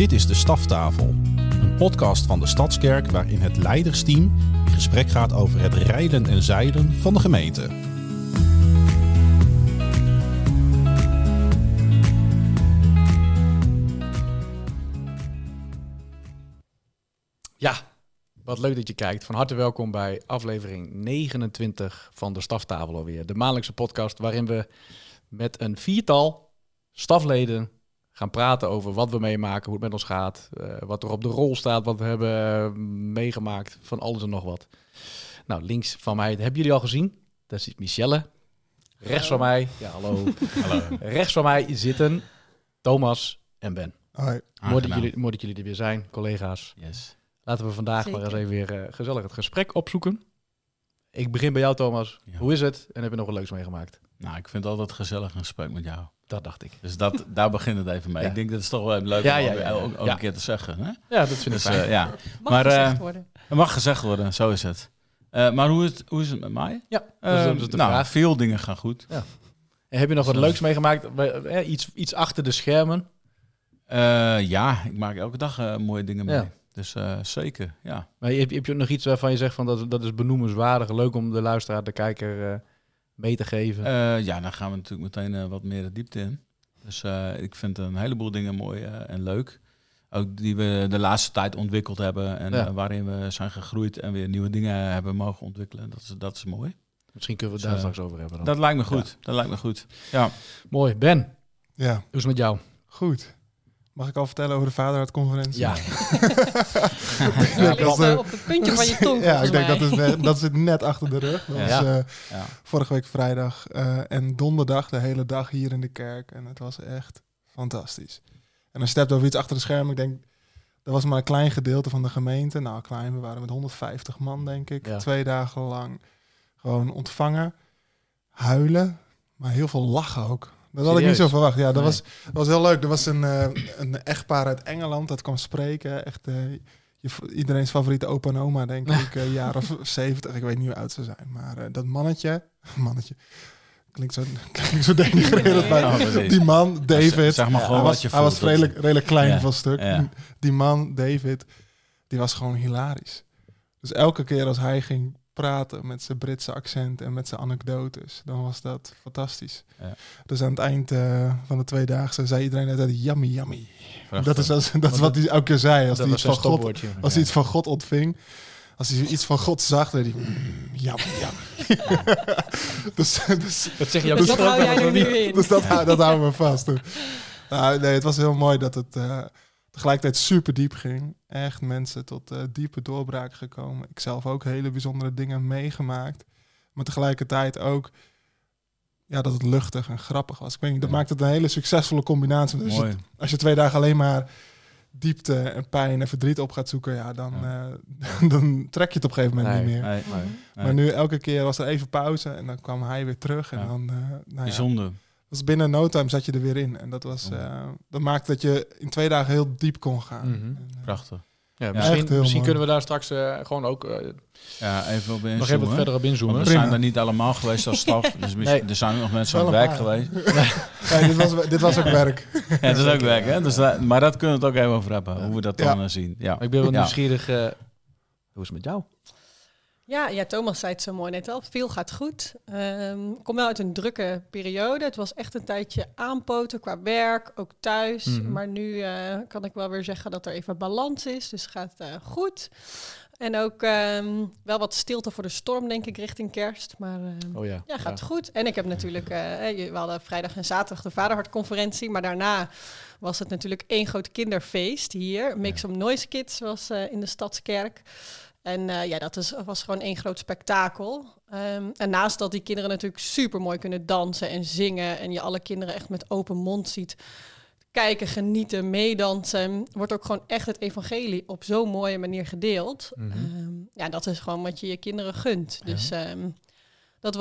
Dit is de Staftafel, een podcast van de Stadskerk waarin het leidersteam in gesprek gaat over het rijden en zeilen van de gemeente. Ja, wat leuk dat je kijkt. Van harte welkom bij aflevering 29 van de Staftafel alweer. De maandelijkse podcast waarin we met een viertal stafleden gaan praten over wat we meemaken, hoe het met ons gaat, wat er op de rol staat, wat we hebben meegemaakt, van alles en nog wat. Nou, links van mij, hebben jullie al gezien? Daar zit Michelle. Rechts van mij, ja hallo. Hallo. Rechts van mij zitten Thomas en Ben. Hoi. Mooi dat jullie er weer zijn, collega's. Yes. Laten we vandaag Zeker. maar eens even weer gezellig het gesprek opzoeken. Ik begin bij jou, Thomas. Ja. Hoe is het? En heb je nog wat leuks meegemaakt? Nou, ik vind het altijd gezellig een gesprek met jou. Dat dacht ik. Dus daar begint het even mee. Ja. Ik denk dat het toch wel even leuk Ja, om ja, ook ja, ja. ook Ja. een keer te zeggen. Hè? Ja, dat vind ik Dus fijn. ja, Mag Maar, gezegd worden. het mag gezegd worden, zo is het. Maar hoe is het met mij? Ja, dat is de Nou, vraag. veel dingen gaan goed. En heb je nog wat Zo. leuks meegemaakt? Iets achter de schermen? Ja, ik maak elke dag mooie dingen mee. Ja. Dus zeker, ja. Maar heb je ook nog iets waarvan je zegt van dat is benoemenswaardig, leuk om de luisteraar, de kijker mee te geven? Ja, dan gaan we natuurlijk meteen wat meer de diepte in. Dus ik vind een heleboel dingen mooi en leuk. Ook die we de laatste tijd ontwikkeld hebben. En Ja. waarin we zijn gegroeid en weer nieuwe dingen hebben mogen ontwikkelen. Dat is mooi. Misschien kunnen we het Dus, daar straks over hebben dan. Dat lijkt me goed. Dat lijkt me goed. Ja. Mooi. Ben, Ja, hoe is het met jou? goed. Mag ik al vertellen over de vaderhardconferentie? Ja. Ja, Dat ligt op het puntje van je tong, Ja, ik denk volgens mij. dat zit net achter de rug. Dat Ja. was Ja. vorige week vrijdag en donderdag de hele dag hier in de kerk. En het was echt fantastisch. En als je het hebt over iets achter de schermen, ik denk, dat was maar een klein gedeelte van de gemeente. Nou, klein, we waren met 150 man, denk ik. Ja. 2 dagen lang gewoon ontvangen, huilen, maar heel veel lachen ook. Dat had ik niet zo Serieus? verwacht. Ja, dat Nee. was heel leuk. Er was een echtpaar uit Engeland dat kwam spreken. Echt iedereen's favoriete opa en oma, denk ik. Jaar of 70. Ik weet niet hoe oud ze zijn. Maar dat mannetje... Klinkt zo denigrerend. Maar Oh, precies. die man, David... Zeg maar gewoon hij wat was, je hij was voelt. redelijk klein Ja. van stuk. Ja. Die man, David, die was gewoon hilarisch. Dus elke keer als hij ging praten met zijn Britse accent en met zijn anekdotes, dan was dat fantastisch. Ja. Dus aan het eind van de 2-daagse zei iedereen altijd yummy, yummy. Prachtig. Dat is wat hij elke keer zei als Dat hij was iets een van God, stopwoordje. als hij iets van God ontving. Als hij iets van God zag, dan deed hij yummy, yummy. dus Dat zeg je ook Dus dat hou jij er niet. nu in. dus dat houden we vast. Nou, nee, het was heel mooi dat het tegelijkertijd super diep ging. Echt mensen tot diepe doorbraken gekomen. Ik zelf ook hele bijzondere dingen meegemaakt. Maar tegelijkertijd ook dat het luchtig en grappig was. Ik weet niet, dat Ja. maakt het een hele succesvolle combinatie. Dus Mooi. als je 2 dagen alleen maar diepte en pijn en verdriet op gaat zoeken, dan trek je het op een gegeven moment Nee. niet meer. Nee. Maar nu elke keer was er even pauze en dan kwam hij weer terug. En Ja. dan, Bijzonder. dus binnen no time zat je er weer in. En dat was dat maakte dat je in 2 dagen heel diep kon gaan. Mhm. En, Prachtig. Ja, echt misschien heel mooi. kunnen we daar straks gewoon ook Ja, even op nog even inzoomen. wat verder op inzoomen. Want we Prima. zijn er niet allemaal geweest als staf. Dus Nee. er zijn ook nog mensen aan Wel het een werk paar. geweest. nee, dit was ook werk. Ja, dat is ook werk, hè? Dus maar dat kunnen we het ook even over hebben. Hoe we dat dan zien. Ja. Maar ik ben wel Ja. nieuwsgierig. Hoe is het met jou? Ja, Thomas zei het zo mooi net al. Veel gaat goed. Ik kom wel uit een drukke periode. Het was echt een tijdje aanpoten qua werk, ook thuis. Mhm. Maar nu kan ik wel weer zeggen dat er even balans is. Dus het gaat goed. En ook wel wat stilte voor de storm, denk ik, richting kerst. Maar Oh ja. ja, gaat goed. En ik heb natuurlijk, we hadden vrijdag en zaterdag de Vaderhartconferentie. Maar daarna was het natuurlijk 1 groot kinderfeest hier. Make Some Noise Kids was in de Stadskerk. En was gewoon 1 groot spektakel. En naast dat die kinderen natuurlijk super mooi kunnen dansen en zingen. En je alle kinderen echt met open mond ziet kijken, genieten, meedansen. Wordt ook gewoon echt het evangelie op zo'n mooie manier gedeeld. Mhm. Dat is gewoon wat je je kinderen gunt. Dus dat was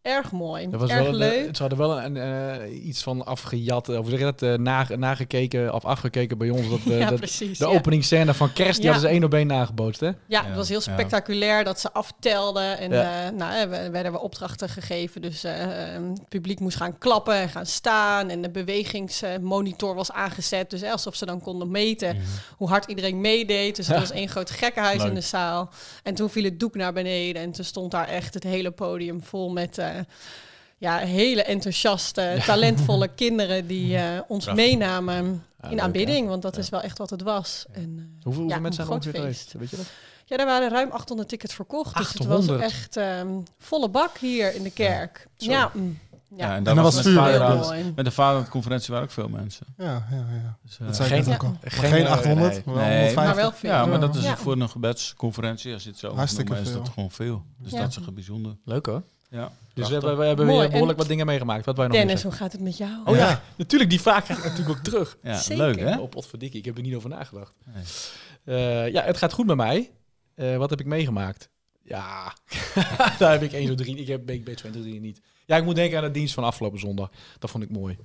erg mooi. Dat was erg wel leuk. ze hadden wel iets van afgejat, of zeg je dat, nagekeken of afgekeken bij ons. Dat, Precies. de openingsscène van Kerst, die hadden ze 1 op 1 nagebootst, hè? Ja, het was heel spectaculair dat ze aftelden. En werden we opdrachten gegeven. Dus het publiek moest gaan klappen en gaan staan. En de bewegingsmonitor was aangezet. Dus alsof ze dan konden meten hoe hard iedereen meedeed. Dus het was 1 groot gekkenhuis in de zaal. En toen viel het doek naar beneden. En toen stond daar echt het hele podium vol met hele enthousiaste, talentvolle kinderen die ons meenamen in aanbidding. Want dat is wel echt wat het was. En, hoeveel mensen zijn er ongeveer feest geweest? Weet je dat? Ja, er waren ruim 800 tickets verkocht. 800. Dus het was echt volle bak hier in de kerk. Ja. En dat was met vuur, vader ja. aan- Met de vaderconferentie waren ook veel mensen. Ja. Dus, Dat zei geen- ik net ook al. geen- Maar geen 800, nee. maar wel Nee, 150. Maar wel veel. Ja, maar dat is Ja. voor een gebedsconferentie, als je het zo moet Hartstikke noemen, is dat veel. gewoon veel. Dus Ja. dat is echt bijzonder. Leuk hoor. Ja. Dus Prachtig. we hebben Mooi. weer behoorlijk En- wat dingen meegemaakt. Wat wij nog Dennis, meer hoe gaat het met jou? zeggen. Oh ja, natuurlijk. Die vraag krijg ik natuurlijk ook terug. Ja, Zeker. leuk hè? Op potverdikkie, ik heb er niet over nagedacht. Nee. Ja, het gaat goed met mij. Wat heb ik meegemaakt? Ja, daar heb ik 1, 2, 3. Ik heb beetje 2, 3 niet. Ja, ik moet denken aan de dienst van afgelopen zondag. Dat vond ik mooi.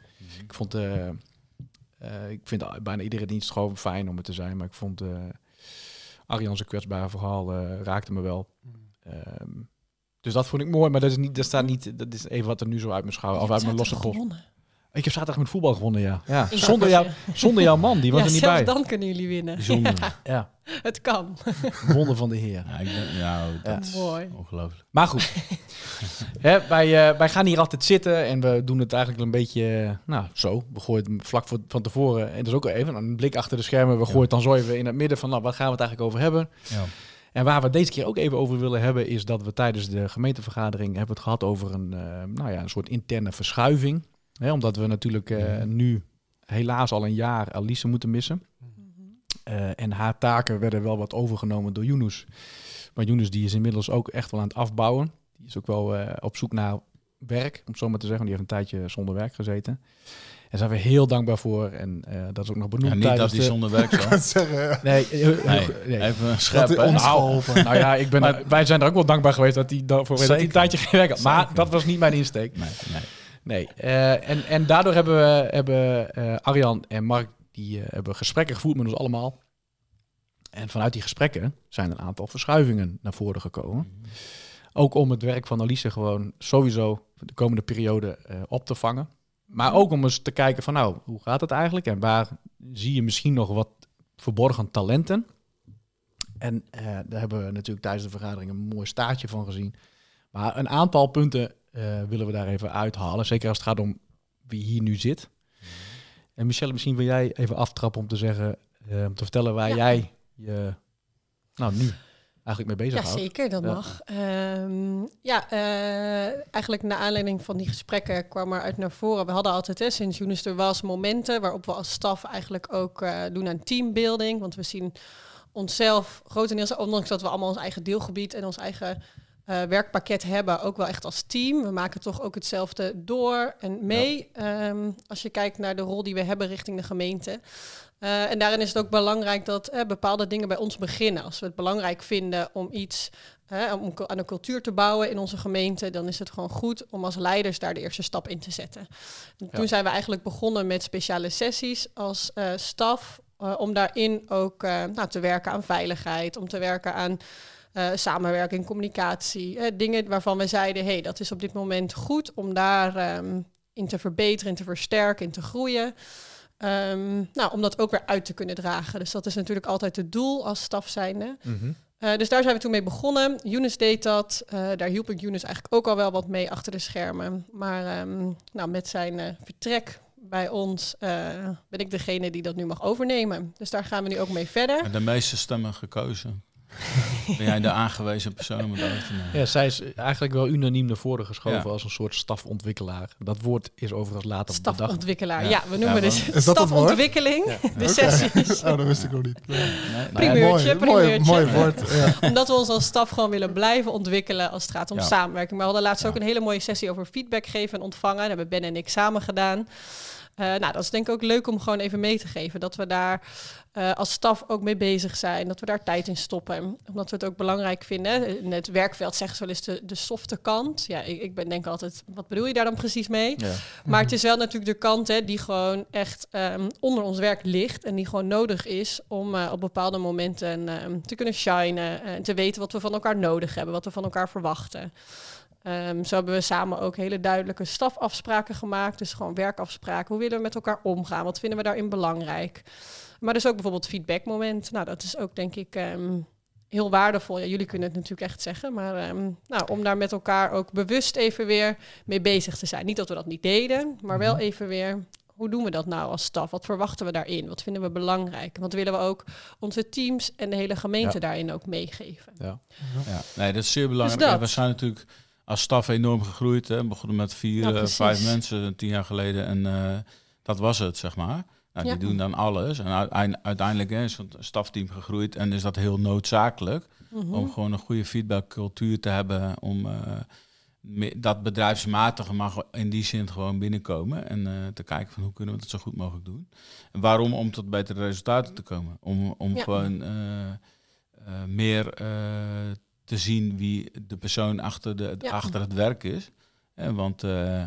Ik vind bijna iedere dienst gewoon fijn om er te zijn. Maar ik vond Arjan's kwetsbare verhaal raakte me wel. Dus dat vond ik mooi. Maar dat is even wat er nu zo uit mijn schouder, of uit mijn losse post. Ik heb zaterdag met voetbal gewonnen, ja. Zonder jouw man, die was er niet zelfs bij. dan kunnen jullie winnen. Bijzonder. Ja, Het kan. wonder van de Heer. Ja, dat is Mooi. ongelooflijk. Maar goed, wij gaan hier altijd zitten en we doen het eigenlijk een beetje, zo. We gooien het vlak van tevoren, en dat is ook even een blik achter de schermen. We gooien het dan zo even in het midden van, wat gaan we het eigenlijk over hebben? Ja. En waar we het deze keer ook even over willen hebben, is dat we tijdens de gemeentevergadering hebben het gehad over een soort interne verschuiving. Omdat we natuurlijk nu helaas al een jaar Alice moeten missen. En haar taken werden wel wat overgenomen door Yunus. Maar Yunus die is inmiddels ook echt wel aan het afbouwen. Die is ook wel op zoek naar werk, om het zo maar te zeggen. Die heeft een tijdje zonder werk gezeten. En daar zijn we heel dankbaar voor. En dat is ook nog benoemd. Ja, niet dat hij zonder werk Ik zal. kan het zeggen. Nee. Even scherp. Dat hij hè? ons geholpen. Nou ja, wij zijn er ook wel dankbaar geweest dat hij een tijdje geen werk had. Maar dat was niet mijn insteek. Nee. En daardoor hebben Arjan en Mark die hebben gesprekken gevoerd met ons allemaal. En vanuit die gesprekken zijn een aantal verschuivingen naar voren gekomen. Ook om het werk van Alice gewoon sowieso de komende periode op te vangen. Maar ook om eens te kijken van hoe gaat het eigenlijk? En waar zie je misschien nog wat verborgen talenten? En daar hebben we natuurlijk tijdens de vergadering een mooi staartje van gezien. Maar een aantal punten willen we daar even uithalen. Zeker als het gaat om wie hier nu zit. En Michelle, misschien wil jij even aftrappen om te zeggen, om te vertellen waar jij je nu eigenlijk mee bezig Ja, houdt. zeker, dat mag. Eigenlijk naar aanleiding van die gesprekken kwam eruit naar voren. We hadden altijd, sinds Yunus er was, momenten waarop we als staf eigenlijk ook doen aan teambuilding. Want we zien onszelf grotendeels, ondanks dat we allemaal ons eigen deelgebied en ons eigen werkpakket hebben, ook wel echt als team. We maken toch ook hetzelfde door en mee. Ja. Als je kijkt naar de rol die we hebben richting de gemeente. En daarin is het ook belangrijk dat bepaalde dingen bij ons beginnen. Als we het belangrijk vinden om iets om aan een cultuur te bouwen in onze gemeente, dan is het gewoon goed om als leiders daar de eerste stap in te zetten. Toen zijn we eigenlijk begonnen met speciale sessies als staf, om daarin ook te werken aan veiligheid, om te werken aan samenwerking, communicatie. Dingen waarvan we zeiden, dat is op dit moment goed om daar in te verbeteren, in te versterken, in te groeien. Om dat ook weer uit te kunnen dragen. Dus dat is natuurlijk altijd het doel als staf zijnde. Dus daar zijn we toen mee begonnen. Yunus deed dat. Daar hielp ik Yunus eigenlijk ook al wel wat mee achter de schermen. Maar met zijn vertrek bij ons ben ik degene die dat nu mag overnemen. Dus daar gaan we nu ook mee verder. De meeste stemmen gekozen. Ben jij de aangewezen persoon om het over te nemen? Ja, zij is eigenlijk wel unaniem naar voren geschoven Ja. als een soort stafontwikkelaar. Dat woord is overigens later bedacht. Stafontwikkelaar, Ja. we noemen dus Is dat het woord? stafontwikkeling. De sessies. Dat wist ik ook niet. Primeurtje. Mooi woord. Ja. Omdat we ons als staf gewoon willen blijven ontwikkelen als het gaat om samenwerking. Maar we hadden laatst ook een hele mooie sessie over feedback geven en ontvangen. Dat hebben Ben en ik samen gedaan. Dat is denk ik ook leuk om gewoon even mee te geven. Dat we daar als staf ook mee bezig zijn. Dat we daar tijd in stoppen. Omdat we het ook belangrijk vinden. In het werkveld zeggen ze wel eens de softe kant. Ja, ik denk altijd, wat bedoel je daar dan precies mee? Ja. Maar het is wel natuurlijk de kant die gewoon echt onder ons werk ligt. En die gewoon nodig is om op bepaalde momenten te kunnen shinen. En te weten wat we van elkaar nodig hebben. Wat we van elkaar verwachten. Zo hebben we samen ook hele duidelijke stafafspraken gemaakt. Dus gewoon werkafspraken. Hoe willen we met elkaar omgaan? Wat vinden we daarin belangrijk? Maar dus ook bijvoorbeeld feedbackmoment. Nou, dat is ook denk ik heel waardevol. Ja, jullie kunnen het natuurlijk echt zeggen. Maar om daar met elkaar ook bewust even weer mee bezig te zijn. Niet dat we dat niet deden, maar wel even weer... Hoe doen we dat nou als staf? Wat verwachten we daarin? Wat vinden we belangrijk? Want willen we ook onze teams en de hele gemeente daarin ook meegeven. Ja. Nee, dat is zeer belangrijk. Dus we zijn natuurlijk als staf enorm gegroeid. Hè. We begonnen met 5 mensen 10 jaar geleden. En dat was het, zeg maar. Nou, die doen dan alles. En uiteindelijk is het stafteam gegroeid. En is dat heel noodzakelijk. Om gewoon een goede feedbackcultuur te hebben. Om dat bedrijfsmatige mag in die zin gewoon binnenkomen. En te kijken van hoe kunnen we dat zo goed mogelijk doen. En waarom? Om tot betere resultaten te komen. Om gewoon meer te zien wie de persoon achter het werk is. Want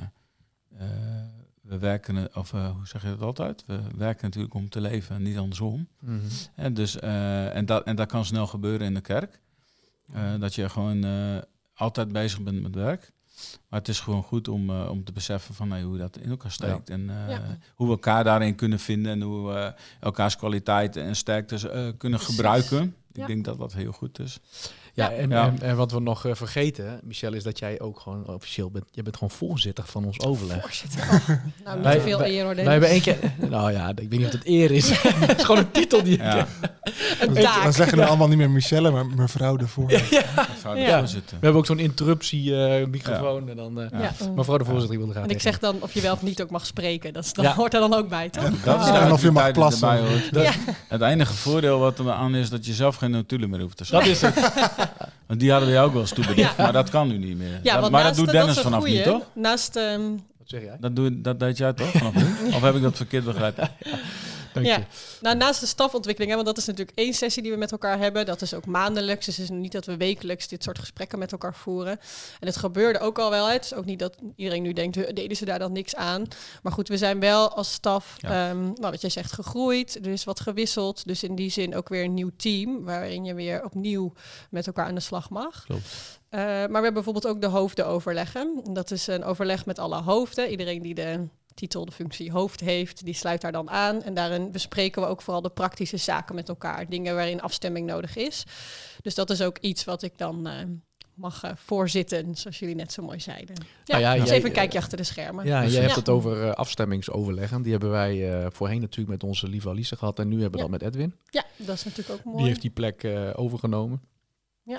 we werken, hoe zeg je dat altijd? We werken natuurlijk om te leven en niet andersom. En dat kan snel gebeuren in de kerk. Dat je gewoon altijd bezig bent met werk. Maar het is gewoon goed om te beseffen van hoe dat in elkaar steekt. En hoe we elkaar daarin kunnen vinden. En hoe we elkaars kwaliteiten en sterktes kunnen gebruiken. Ik denk dat dat heel goed is. En wat we nog vergeten, Michelle, is dat jij ook gewoon officieel bent. Je bent gewoon voorzitter van ons overleg. Voorzitter. Niet te veel eer, hoor. Wij hebben 1 keer... Nou ja, ik weet niet of het eer is. Het is gewoon een titel die... Een taak. Dan zeggen we allemaal niet meer Michelle, maar mevrouw de voorzitter. Mevrouw de voorzitter. We hebben ook zo'n interruptie-microfoon. En dan mevrouw de voorzitter wil graag. En ik zeg dan of je wel of niet ook mag spreken. Dat hoort er dan ook bij, toch? Dat is en of je mag plassen. Het enige voordeel wat er aan is dat je zelf geen notulen meer hoeft te schrijven. Dat is het. Want die hadden we jou ook wel eens toebedacht, maar dat kan nu niet meer. Ja, maar dat doet Dennis vanaf nu, toch? Naast... Wat zeg jij? Dat deed jij toch vanaf nu? Of heb ik dat verkeerd begrepen? Dank je. Nou, naast de stafontwikkeling, want dat is natuurlijk 1 sessie die we met elkaar hebben. Dat is ook maandelijks. Dus het is niet dat we wekelijks dit soort gesprekken met elkaar voeren. En het gebeurde ook al wel. Het is ook niet dat iedereen nu denkt, deden ze daar dan niks aan. Maar goed, we zijn wel als staf, wat jij zegt, gegroeid. Er is wat gewisseld. Dus in die zin ook weer een nieuw team, waarin je weer opnieuw met elkaar aan de slag mag. Klopt. Maar we hebben bijvoorbeeld ook de hoofdenoverleggen. Dat is een overleg met alle hoofden. Iedereen die de titel, de functie hoofd heeft, die sluit daar dan aan. En daarin bespreken we ook vooral de praktische zaken met elkaar. Dingen waarin afstemming nodig is. Dus dat is ook iets wat ik dan mag voorzitten, zoals jullie net zo mooi zeiden. Dus even een kijkje achter de schermen. Ja, jij hebt het over afstemmingsoverleggen. Die hebben wij voorheen natuurlijk met onze lieve Alice gehad. En nu hebben we dat met Edwin. Ja, dat is natuurlijk ook mooi. Die heeft die plek overgenomen. Ja.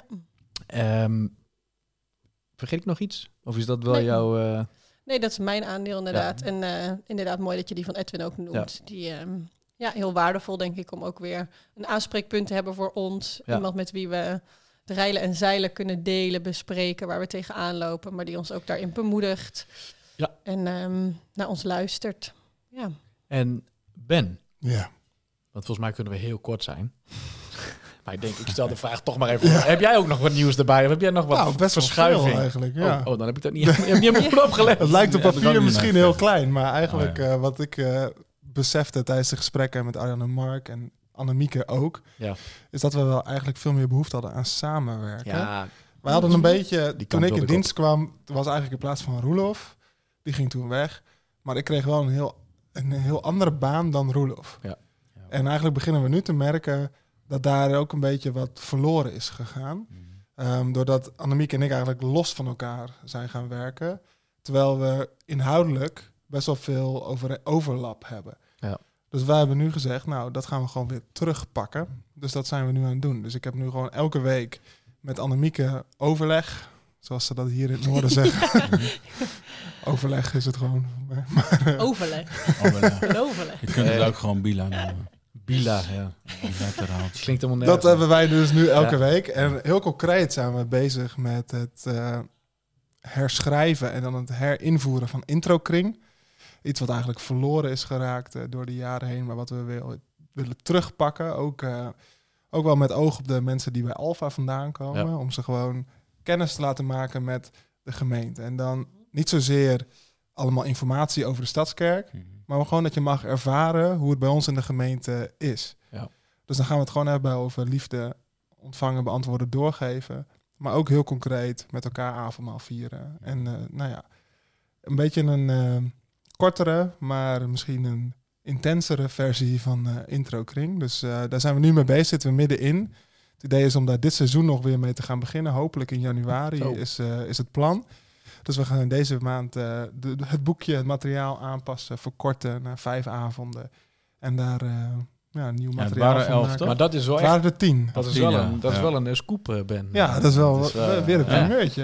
Vergeet ik nog iets? Of is dat wel jouw... Nee, dat is mijn aandeel inderdaad. Ja. En inderdaad mooi dat je die van Edwin ook noemt. Ja. Die heel waardevol denk ik om ook weer een aanspreekpunt te hebben voor ons. Ja. Iemand met wie we de reilen en zeilen kunnen delen, bespreken, waar we tegenaan lopen. Maar die ons ook daarin bemoedigt. Ja. En naar ons luistert. Ja. En Ben. Ja. Want volgens mij kunnen we heel kort zijn. Maar ik denk, ik stel de vraag toch maar even. Ja. Heb jij ook nog wat nieuws erbij? Of heb jij nog wat best verschuiving? Veel eigenlijk, ja. Dan heb ik dat niet helemaal goed opgelet. Het lijkt op papier misschien heel klein. Maar eigenlijk wat ik besefte tijdens de gesprekken met Arjan en Mark en Annemieke ook, is dat we wel eigenlijk veel meer behoefte hadden aan samenwerken. Ja. We hadden een beetje, toen ik in dienst kwam, was eigenlijk in plaats van Roelof, die ging toen weg. Maar ik kreeg wel een heel andere baan dan Roelof. Ja. En eigenlijk beginnen we nu te merken dat daar ook een beetje wat verloren is gegaan. Doordat Annemieke en ik eigenlijk los van elkaar zijn gaan werken. Terwijl we inhoudelijk best wel veel overlap hebben. Ja. Dus wij hebben nu gezegd, nou, dat gaan we gewoon weer terugpakken. Dus dat zijn we nu aan het doen. Dus ik heb nu gewoon elke week met Annemieke overleg. Zoals ze dat hier in het noorden zeggen. Overleg is het gewoon. Maar, overleg. Je kunt het ook gewoon Bila noemen. Bila, ja. Klinkt helemaal nergens. Dat hebben wij dus nu elke week. En heel concreet zijn we bezig met het herschrijven en dan het herinvoeren van Introkring. iets wat eigenlijk verloren is geraakt door de jaren heen, maar wat we willen terugpakken. Ook wel met oog op de mensen die bij Alpha vandaan komen, om ze gewoon kennis te laten maken met de gemeente. En dan niet zozeer allemaal informatie over de Stadskerk, maar gewoon dat je mag ervaren hoe het bij ons in de gemeente is. Ja. Dus dan gaan we het gewoon hebben over liefde, ontvangen, beantwoorden, doorgeven. Maar ook heel concreet met elkaar avondmaal vieren. En een beetje een kortere, maar misschien een intensere versie van Introkring. Dus daar zijn we nu mee bezig, zitten we middenin. Het idee is om daar dit seizoen nog weer mee te gaan beginnen. Hopelijk in januari is het plan. Dus we gaan in deze maand het boekje, het materiaal aanpassen, verkorten naar 5 avonden. En daar nieuw materiaal van maken. Toch? Maar dat is wel echt... waren er 10. Dat is wel een scoop, Ben. Ja, dat is wel weer een primeurtje.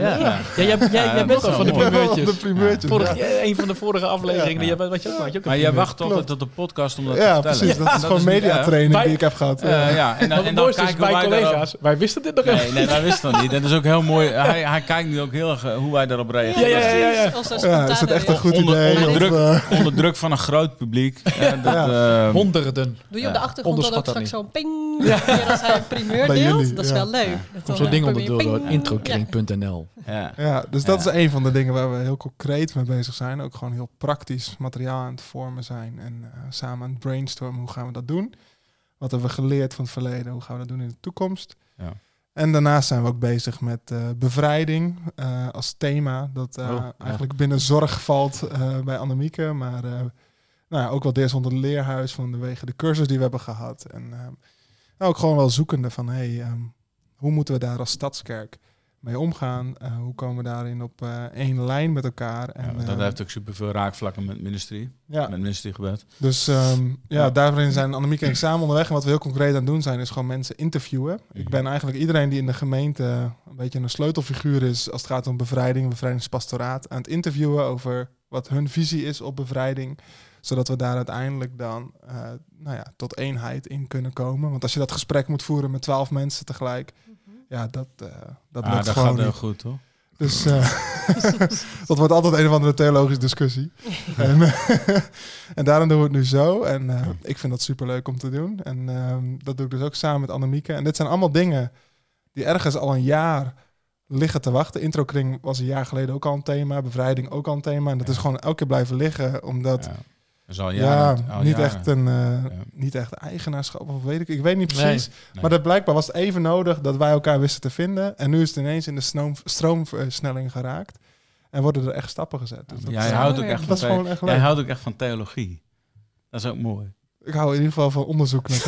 Jij bent al van de primeurtjes. De primeurtjes. Een van de vorige afleveringen. Maar jij wacht altijd tot de podcast om dat te vertellen. Precies. Dat is gewoon mediatraining die ik heb gehad. En dan kijken wij collega's. Wij wisten dit nog niet. Nee, wij wisten het niet. Dat is ook heel mooi. Hij kijkt nu ook heel erg hoe wij daarop reageren. Ja, is het echt een goed idee? Onder druk van een groot publiek. Honderden. Doe je op de achtergrond dan ook straks zo'n ping als hij een primeur deelt? Dat is wel leuk. Komt zo'n ding onderdoor door introkring.nl. Dus dat is een van de dingen waar we heel concreet mee bezig zijn. Ook gewoon heel praktisch materiaal aan het vormen zijn. En samen aan het brainstormen, hoe gaan we dat doen? Wat hebben we geleerd van het verleden? Hoe gaan we dat doen in de toekomst? Ja. En daarnaast zijn we ook bezig met bevrijding als thema. Dat eigenlijk binnen zorg valt bij Annemieke, maar... ook wel deels onder het leerhuis vanwege de cursus die we hebben gehad. En ook gewoon wel zoekende van... hoe moeten we daar als Stadskerk mee omgaan? Hoe komen we daarin op één lijn met elkaar? En, dat heeft ook superveel raakvlakken met het ministerie. Met het ministeriegebed. Dus daarin zijn Annemieke en ik samen onderweg. En wat we heel concreet aan het doen zijn... is gewoon mensen interviewen. Ik ben eigenlijk iedereen die in de gemeente... een beetje een sleutelfiguur is... als het gaat om bevrijdingspastoraat... aan het interviewen over wat hun visie is op bevrijding... zodat we daar uiteindelijk dan tot eenheid in kunnen komen. Want als je dat gesprek moet voeren met 12 mensen tegelijk... dat lukt gewoon gaat niet. heel goed, hoor. Dus dat wordt altijd een of andere theologische discussie. En daarom doen we het nu zo. En ik vind dat superleuk om te doen. En dat doe ik dus ook samen met Annemieke. En dit zijn allemaal dingen die ergens al een jaar... liggen te wachten. Introkring was een jaar geleden ook al een thema. Bevrijding ook al een thema. En dat is gewoon elke keer blijven liggen. Omdat... niet echt eigenaarschap, of weet ik weet niet precies. Nee. Maar blijkbaar was het even nodig dat wij elkaar wisten te vinden. En nu is het ineens in de stroomversnelling geraakt. En worden er echt stappen gezet. Dus jij houdt ook echt van theologie. Dat is ook mooi. Ik hou in ieder geval van onderzoek naar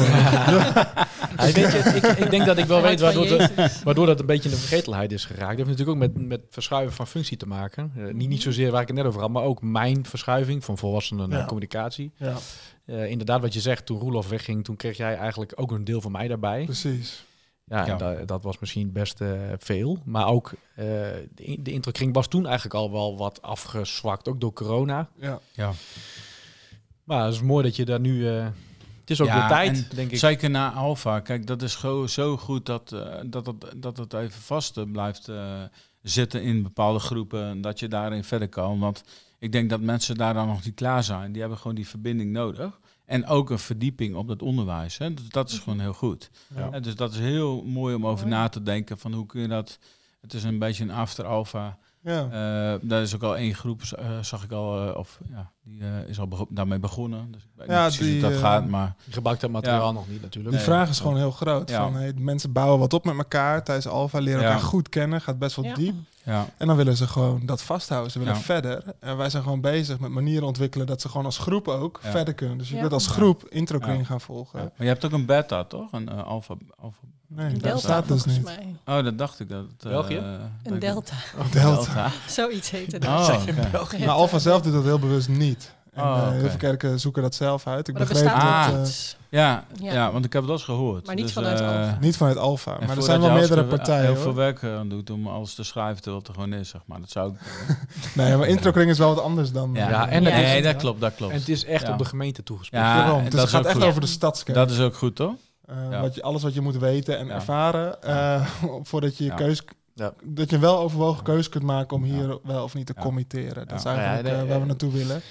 theologie. Ik denk dat ik wel weet waardoor dat een beetje in de vergetelheid is geraakt. Dat heeft natuurlijk ook met verschuiven van functie te maken. Niet zozeer waar ik het net over had, maar ook mijn verschuiving van volwassenen naar communicatie. Ja. Inderdaad, wat je zegt, toen Roelof wegging, toen kreeg jij eigenlijk ook een deel van mij daarbij. Precies. Dat was misschien best veel. Maar ook de Introkring was toen eigenlijk al wel wat afgezwakt, ook door corona. Ja. Maar het is mooi dat je daar nu... het is ook weer tijd, denk ik. Zeker na Alpha. Kijk, dat is zo goed dat het even vast blijft zitten in bepaalde groepen. En dat je daarin verder kan. Want ik denk dat mensen daar dan nog niet klaar zijn. Die hebben gewoon die verbinding nodig. En ook een verdieping op dat onderwijs. Hè. Dus dat is gewoon heel goed. Ja. Dus dat is heel mooi om over na te denken. Van hoe kun je dat... Het is een beetje een after Alpha... Ja. Daar is ook al één groep, zag ik al, die is al daarmee begonnen. Dus ik weet niet precies hoe dat gaat, maar... Je gebruikt dat materiaal nog niet natuurlijk. Die vraag is gewoon heel groot. Ja. Mensen bouwen wat op met elkaar tijdens Alpha, leren elkaar goed kennen, gaat best wel diep. Ja. En dan willen ze gewoon dat vasthouden. Ze willen verder. En wij zijn gewoon bezig met manieren ontwikkelen dat ze gewoon als groep ook verder kunnen. Dus je kunt als groep Introkring gaan volgen. Ja. Maar je hebt ook een beta, toch? Een Alpha. Nee, dat staat dus niet. Mij. Oh, dat dacht ik. België? Een Delta. Delta. Zoiets heette dat. Maar Alpha zelf doet dat heel bewust niet. En heel veel kerken zoeken dat zelf uit. Ik begreep dat... want ik heb het wel eens gehoord. Maar niet vanuit Alpha. Niet vanuit Alpha. Maar er zijn wel meerdere partijen. Heel veel werk aan doet om alles te schrijven terwijl het er gewoon is, zeg maar. Dat zou ik... Nee, maar Introkring is wel wat anders dan... dat klopt. En het is echt op de gemeente toegespitst. Dus het gaat echt over de stadskerk. Dat is ook goed, toch? Alles wat je moet weten en ervaren voordat je keuze... Dat je wel overwogen keuze kunt maken om hier wel of niet te committeren. Dat is eigenlijk waar we naartoe willen.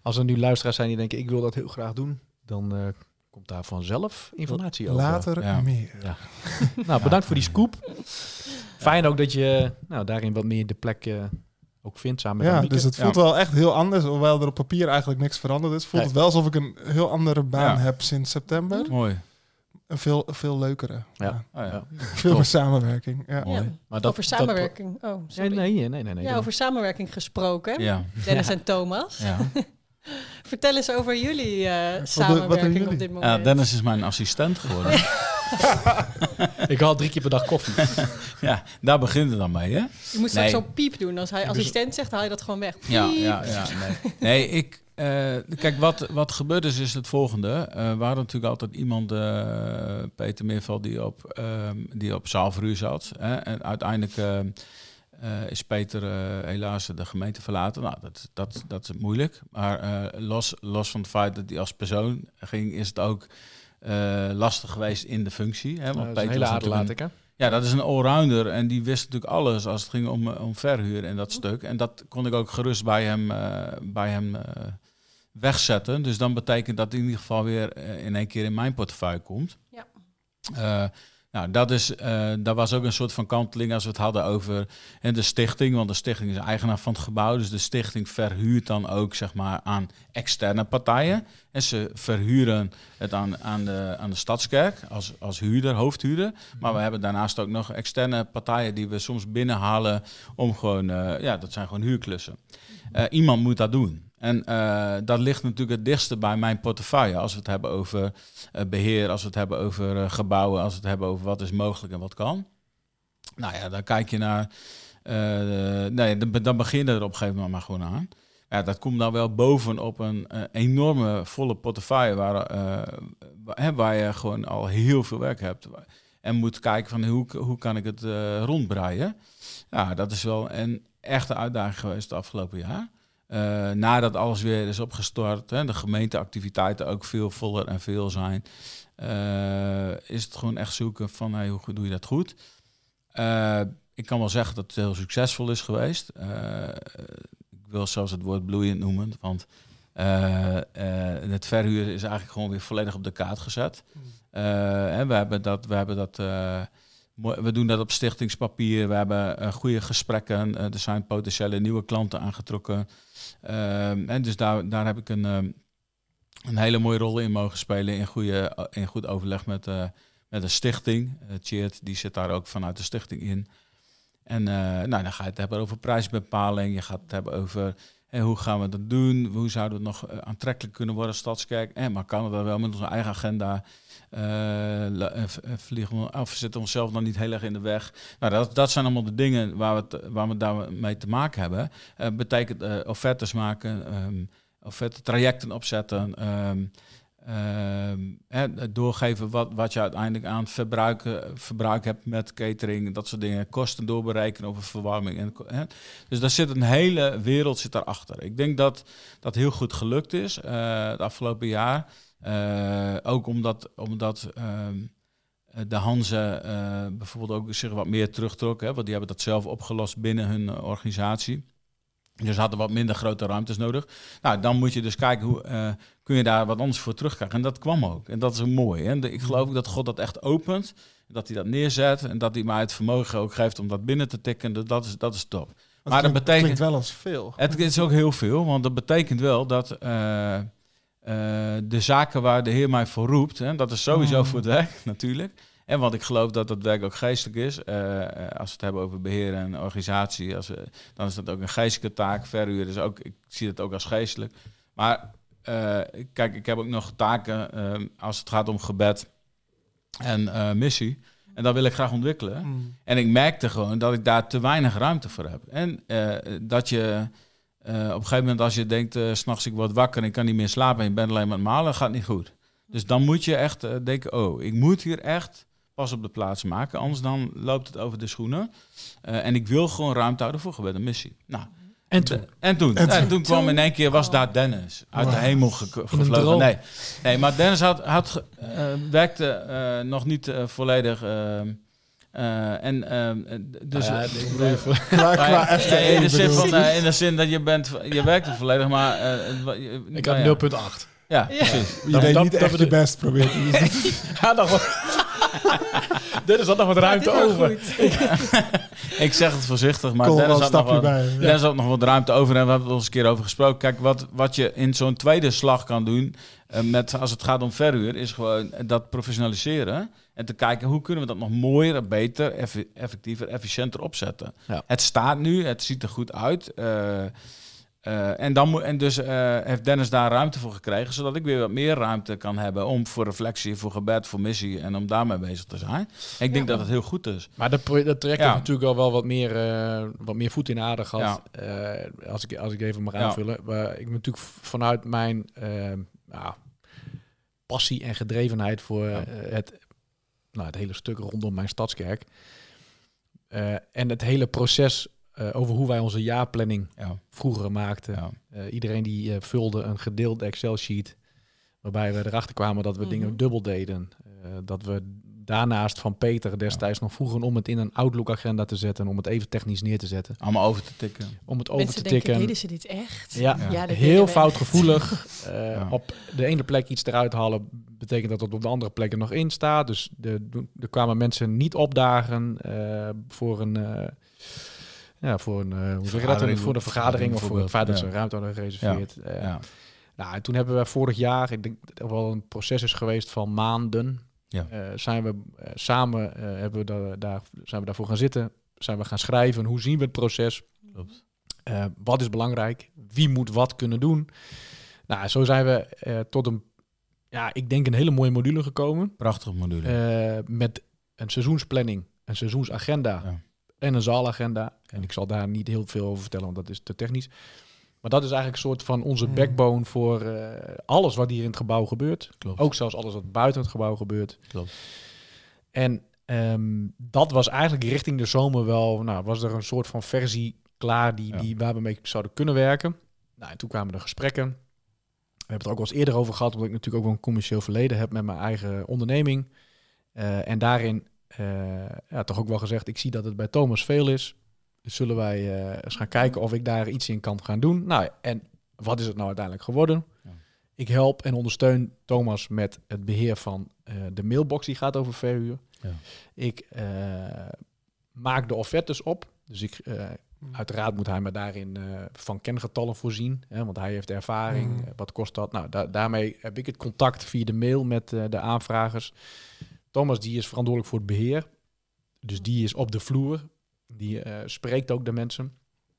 Als er nu luisteraars zijn die denken, ik wil dat heel graag doen, dan komt daar vanzelf informatie over. Later meer. Ja. Nou, bedankt voor die scoop. Fijn ook dat je daarin wat meer de plek ook vindt samen met Annemieke. Dus het voelt wel echt heel anders, hoewel er op papier eigenlijk niks veranderd is. Voelt het wel alsof ik een heel andere baan heb sinds september. Mooi. Een veel leukere. Ja. Veel meer samenwerking. Ja. Mooi. Ja. Maar over samenwerking. Nee. Over samenwerking gesproken. Ja. Dennis en Thomas. Ja. Vertel eens over jullie samenwerking op dit moment. Ja, Dennis is mijn assistent geworden. Ik haal 3 keer per dag koffie. Ja, daar begint het dan mee, hè? Je moet straks zo'n piep doen. Als hij assistent zegt, haal je dat gewoon weg. Piep. Ja. Nee, kijk, wat gebeurd is het volgende. We hadden natuurlijk altijd iemand, Peter Meerveld, die op zaalverhuur zat. En uiteindelijk is Peter helaas de gemeente verlaten. Nou, dat is moeilijk. Maar los van het feit dat hij als persoon ging, is het ook lastig geweest in de functie. Hè? Want Peter hele aardlatik, hè? Ja, dat is een allrounder en die wist natuurlijk alles als het ging om verhuur en dat stuk. En dat kon ik ook gerust bij hem wegzetten. Dus dan betekent dat in ieder geval weer in één keer in mijn portefeuille komt. Ja. Dat was ook een soort van kanteling als we het hadden over de stichting. Want de stichting is eigenaar van het gebouw. Dus de stichting verhuurt dan ook zeg maar aan externe partijen. En ze verhuren het aan de Stadskerk als hoofdhuurder. Maar we hebben daarnaast ook nog externe partijen die we soms binnenhalen om gewoon, dat zijn gewoon huurklussen. Iemand moet dat doen. En dat ligt natuurlijk het dichtste bij mijn portefeuille. Als we het hebben over beheer, als we het hebben over gebouwen, als we het hebben over wat is mogelijk en wat kan. Nou ja, dan kijk je naar... dan begin je er op een gegeven moment maar gewoon aan. Ja, dat komt dan wel bovenop een enorme volle portefeuille waar je gewoon al heel veel werk hebt. En moet kijken van hoe kan ik het rondbreien. Ja, dat is wel een echte uitdaging geweest het afgelopen jaar. Nadat alles weer is opgestart, de gemeenteactiviteiten ook veel voller en veel zijn, is het gewoon echt zoeken van hoe doe je dat goed. Ik kan wel zeggen dat het heel succesvol is geweest. Ik wil zelfs het woord bloeiend noemen, want het verhuren is eigenlijk gewoon weer volledig op de kaart gezet. We doen dat op stichtingspapier. We hebben goede gesprekken. Er zijn potentiële nieuwe klanten aangetrokken. En dus daar heb ik een hele mooie rol in mogen spelen. In goed overleg met de stichting. Tjeerd, die zit daar ook vanuit de stichting in. En dan ga je het hebben over prijsbepaling. Je gaat het hebben over hoe gaan we dat doen. Hoe zouden we nog aantrekkelijk kunnen worden, Stadskerk. Maar kan het dan wel met onze eigen agenda... zitten we onszelf dan niet heel erg in de weg. Nou, dat zijn allemaal de dingen waar we daarmee te maken hebben. Betekent offertes maken, trajecten opzetten, doorgeven wat je uiteindelijk aan verbruik hebt met catering, dat soort dingen, kosten doorberekenen over verwarming. Dus daar zit een hele wereld daarachter. Ik denk dat dat heel goed gelukt is het afgelopen jaar. Ook omdat de Hanze bijvoorbeeld ook zich wat meer terugtrok. Want die hebben dat zelf opgelost binnen hun organisatie. Dus hadden wat minder grote ruimtes nodig. Nou, dan moet je dus kijken hoe kun je daar wat anders voor terugkrijgen. En dat kwam ook. En dat is mooi. Hè? Ik geloof ook dat God dat echt opent. Dat hij dat neerzet. En dat hij mij het vermogen ook geeft om dat binnen te tikken. Dat is top. Maar dat klinkt wel als veel. Het is ook heel veel. Want dat betekent wel dat... de zaken waar de Heer mij voor roept, dat is sowieso voor het werk natuurlijk. En want ik geloof dat dat werk ook geestelijk is. Als we het hebben over beheer en organisatie, dan is dat ook een geestelijke taak. Verhuur is ook, ik zie het ook als geestelijk. Maar kijk, ik heb ook nog taken als het gaat om gebed en missie. En dat wil ik graag ontwikkelen. En ik merkte gewoon dat ik daar te weinig ruimte voor heb. En dat je... op een gegeven moment als je denkt, 's nachts ik word wakker en ik kan niet meer slapen en je bent alleen maar het malen, gaat niet goed. Dus dan moet je echt denken, ik moet hier echt pas op de plaats maken, anders dan loopt het over de schoenen. En ik wil gewoon ruimte houden voor gebed en missie. Nou, En toen kwam in één keer, was daar Dennis uit de hemel gevlogen. Nee, maar Dennis werkte nog niet volledig Dus qua FTE in de zin dat je werkt er volledig, maar ik had 0,8. Ja, precies. Je deed niet echt je best, probeert. Dennis had nog wat ruimte over. Ik zeg het voorzichtig, maar Dennis had nog wat ruimte over. En we hebben het ons een keer over gesproken. Kijk, wat je in zo'n tweede slag kan doen, als het gaat om verhuur, is gewoon dat professionaliseren. En te kijken, hoe kunnen we dat nog mooier, beter, effectiever, efficiënter opzetten. Ja. Het staat nu, het ziet er goed uit. Dus heeft Dennis daar ruimte voor gekregen, zodat ik weer wat meer ruimte kan hebben om voor reflectie, voor gebed, voor missie en om daarmee bezig te zijn. En ik denk dat het heel goed is. Maar dat traject heeft natuurlijk al wel wat meer voet in de aarde gehad. Ja. Als ik even mag aanvullen. Ik ben natuurlijk vanuit mijn passie en gedrevenheid voor het hele stuk rondom mijn stadskerk. En het hele proces over hoe wij onze jaarplanning vroeger maakten. Ja. Iedereen die vulde een gedeeld Excel-sheet, waarbij we erachter kwamen dat we dingen dubbel deden. Dat we daarnaast van Peter destijds nog vroegen om het in een Outlook-agenda te zetten, om het even technisch neer te zetten. Allemaal over te tikken. Om het over te tikken. Deden ze dit echt? Ja, heel foutgevoelig. Op de ene plek iets eruit halen betekent dat het op de andere plek er nog in staat. Dus er kwamen mensen niet opdagen voor een... voor de vergadering of voor het feit dat ze ruimte hadden gereserveerd. En toen hebben we vorig jaar, ik denk dat er wel een proces is geweest van maanden. Ja. Zijn we samen zijn we daarvoor gaan zitten. Zijn we gaan schrijven. Hoe zien we het proces? Klopt. Wat is belangrijk? Wie moet wat kunnen doen? Nou, zo zijn we tot ik denk een hele mooie module gekomen. Prachtige module. Met een seizoensplanning, een seizoensagenda. Ja. En een zaalagenda. En ik zal daar niet heel veel over vertellen, want dat is te technisch. Maar dat is eigenlijk een soort van onze backbone voor alles wat hier in het gebouw gebeurt. Klopt. Ook zelfs alles wat buiten het gebouw gebeurt. Klopt. En dat was eigenlijk richting de zomer wel... was er een soort van versie klaar waar we mee zouden kunnen werken. En toen kwamen de gesprekken. We hebben het er ook wel eens eerder over gehad, omdat ik natuurlijk ook wel een commercieel verleden heb met mijn eigen onderneming. En daarin... toch ook wel gezegd, ik zie dat het bij Thomas veel is. Dus zullen wij eens gaan kijken of ik daar iets in kan gaan doen. Nou, en wat is het nou uiteindelijk geworden? Ja. Ik help en ondersteun Thomas met het beheer van de mailbox die gaat over verhuur. Ja. Ik maak de offertes op. Dus uiteraard moet hij me daarin van kengetallen voorzien. Want hij heeft ervaring. Wat kost dat? Nou, daarmee heb ik het contact via de mail met de aanvragers. Thomas die is verantwoordelijk voor het beheer. Dus die is op de vloer. Die spreekt ook de mensen.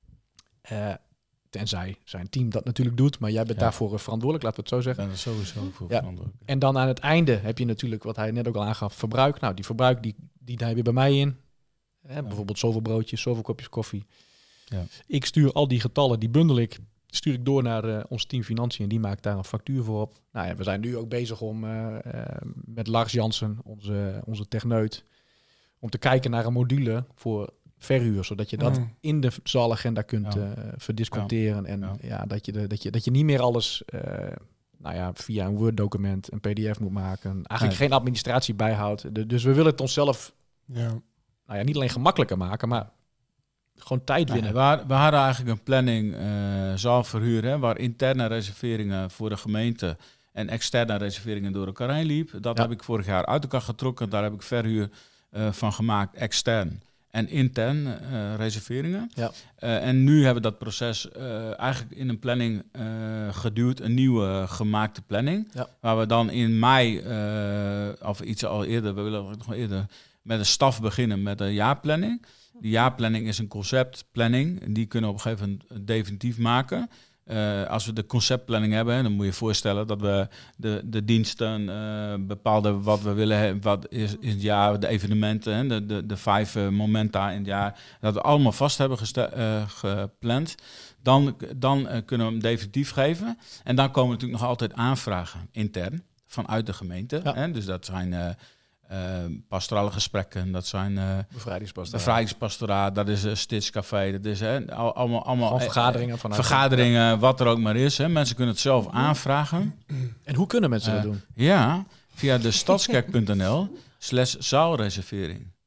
Tenzij zijn team dat natuurlijk doet. Maar jij bent daarvoor verantwoordelijk, laten we het zo zeggen. Ik ben er sowieso voor verantwoordelijk. En dan aan het einde heb je natuurlijk, wat hij net ook al aangaf, verbruik. Nou, die verbruik die daar weer bij mij in. Bijvoorbeeld zoveel broodjes, zoveel kopjes koffie. Ja. Ik stuur al die getallen, die bundel stuur ik door naar ons team Financiën en die maakt daar een factuur voor op. Nou ja, we zijn nu ook bezig om met Lars Jansen, onze techneut, om te kijken naar een module voor verhuur, zodat je dat in de zaalagenda kunt verdisconteren en dat je niet meer alles via een Word-document, een PDF moet maken. Eigenlijk geen administratie bijhoudt. Dus we willen het onszelf niet alleen gemakkelijker maken, maar gewoon tijd winnen. We hadden eigenlijk een planning zaalverhuur, waar interne reserveringen voor de gemeente en externe reserveringen door elkaar heen liep. Dat heb ik vorig jaar uit elkaar getrokken. Daar heb ik verhuur van gemaakt, extern en intern reserveringen. Ja. En nu hebben we dat proces eigenlijk in een planning geduwd, een nieuwe gemaakte planning. Ja. Waar we dan in mei, of iets al eerder, we willen nog eerder, met een staf beginnen met een jaarplanning. Die jaarplanning is een conceptplanning. Die kunnen we op een gegeven moment definitief maken. Als we de conceptplanning hebben, dan moet je je voorstellen dat we de diensten, bepaalde wat we willen hebben, wat is in het jaar, de evenementen, de 5 momenta in het jaar, dat we allemaal vast hebben gepland. Dan kunnen we hem definitief geven. En dan komen natuurlijk nog altijd aanvragen intern vanuit de gemeente. Ja. Dus dat zijn pastorale gesprekken, dat zijn bevrijdingspastoraat, dat is Stitscafé, dat is allemaal vergaderingen, wat er ook maar is. Mensen kunnen het zelf aanvragen. En hoe kunnen mensen dat doen? Ja, via de stadskerk.nl/zaalreservering.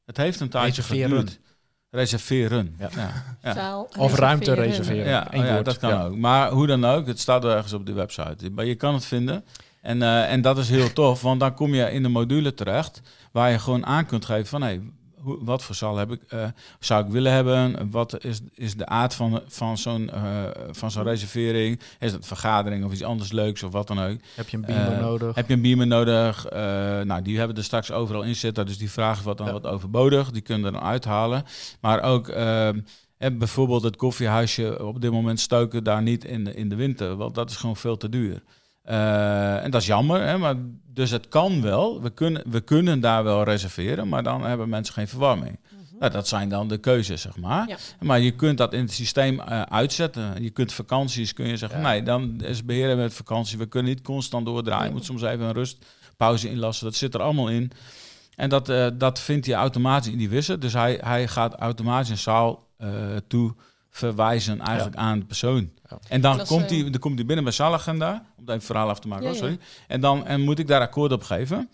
Het heeft een tijdje geduurd. Reserveren. Ja. Of ruimte reserveren. Ja, dat kan ook. Maar hoe dan ook, het staat ergens op de website. Maar je kan het vinden. En dat is heel tof, want dan kom je in de module terecht waar je gewoon aan kunt geven van wat voor zaal zou ik willen hebben? Wat is de aard van zo'n reservering? Is het een vergadering of iets anders leuks of wat dan ook? Heb je een beamer nodig? Heb je een beamer nodig? Die hebben er straks overal in zitten, dus die vragen wat overbodig. Die kunnen er dan uithalen. Maar ook bijvoorbeeld het koffiehuisje op dit moment stoken daar niet in de winter, want dat is gewoon veel te duur. En dat is jammer, hè, maar dus het kan wel. We kunnen daar wel reserveren, maar dan hebben mensen geen verwarming. Nou, dat zijn dan de keuzes, zeg maar. Ja. Maar je kunt dat in het systeem uitzetten. Je kunt vakanties, kun je zeggen, nee, dan is beheren met vakantie. We kunnen niet constant doordraaien. Je moet soms even een rustpauze inlassen. Dat zit er allemaal in. En dat vindt hij automatisch in die wizard. Dus hij gaat automatisch een zaal toe verwijzen eigenlijk aan de persoon. Ja. En dan komt hij binnen bij zaalagenda, om even het verhaal af te maken. Sorry. En moet ik daar akkoord op geven.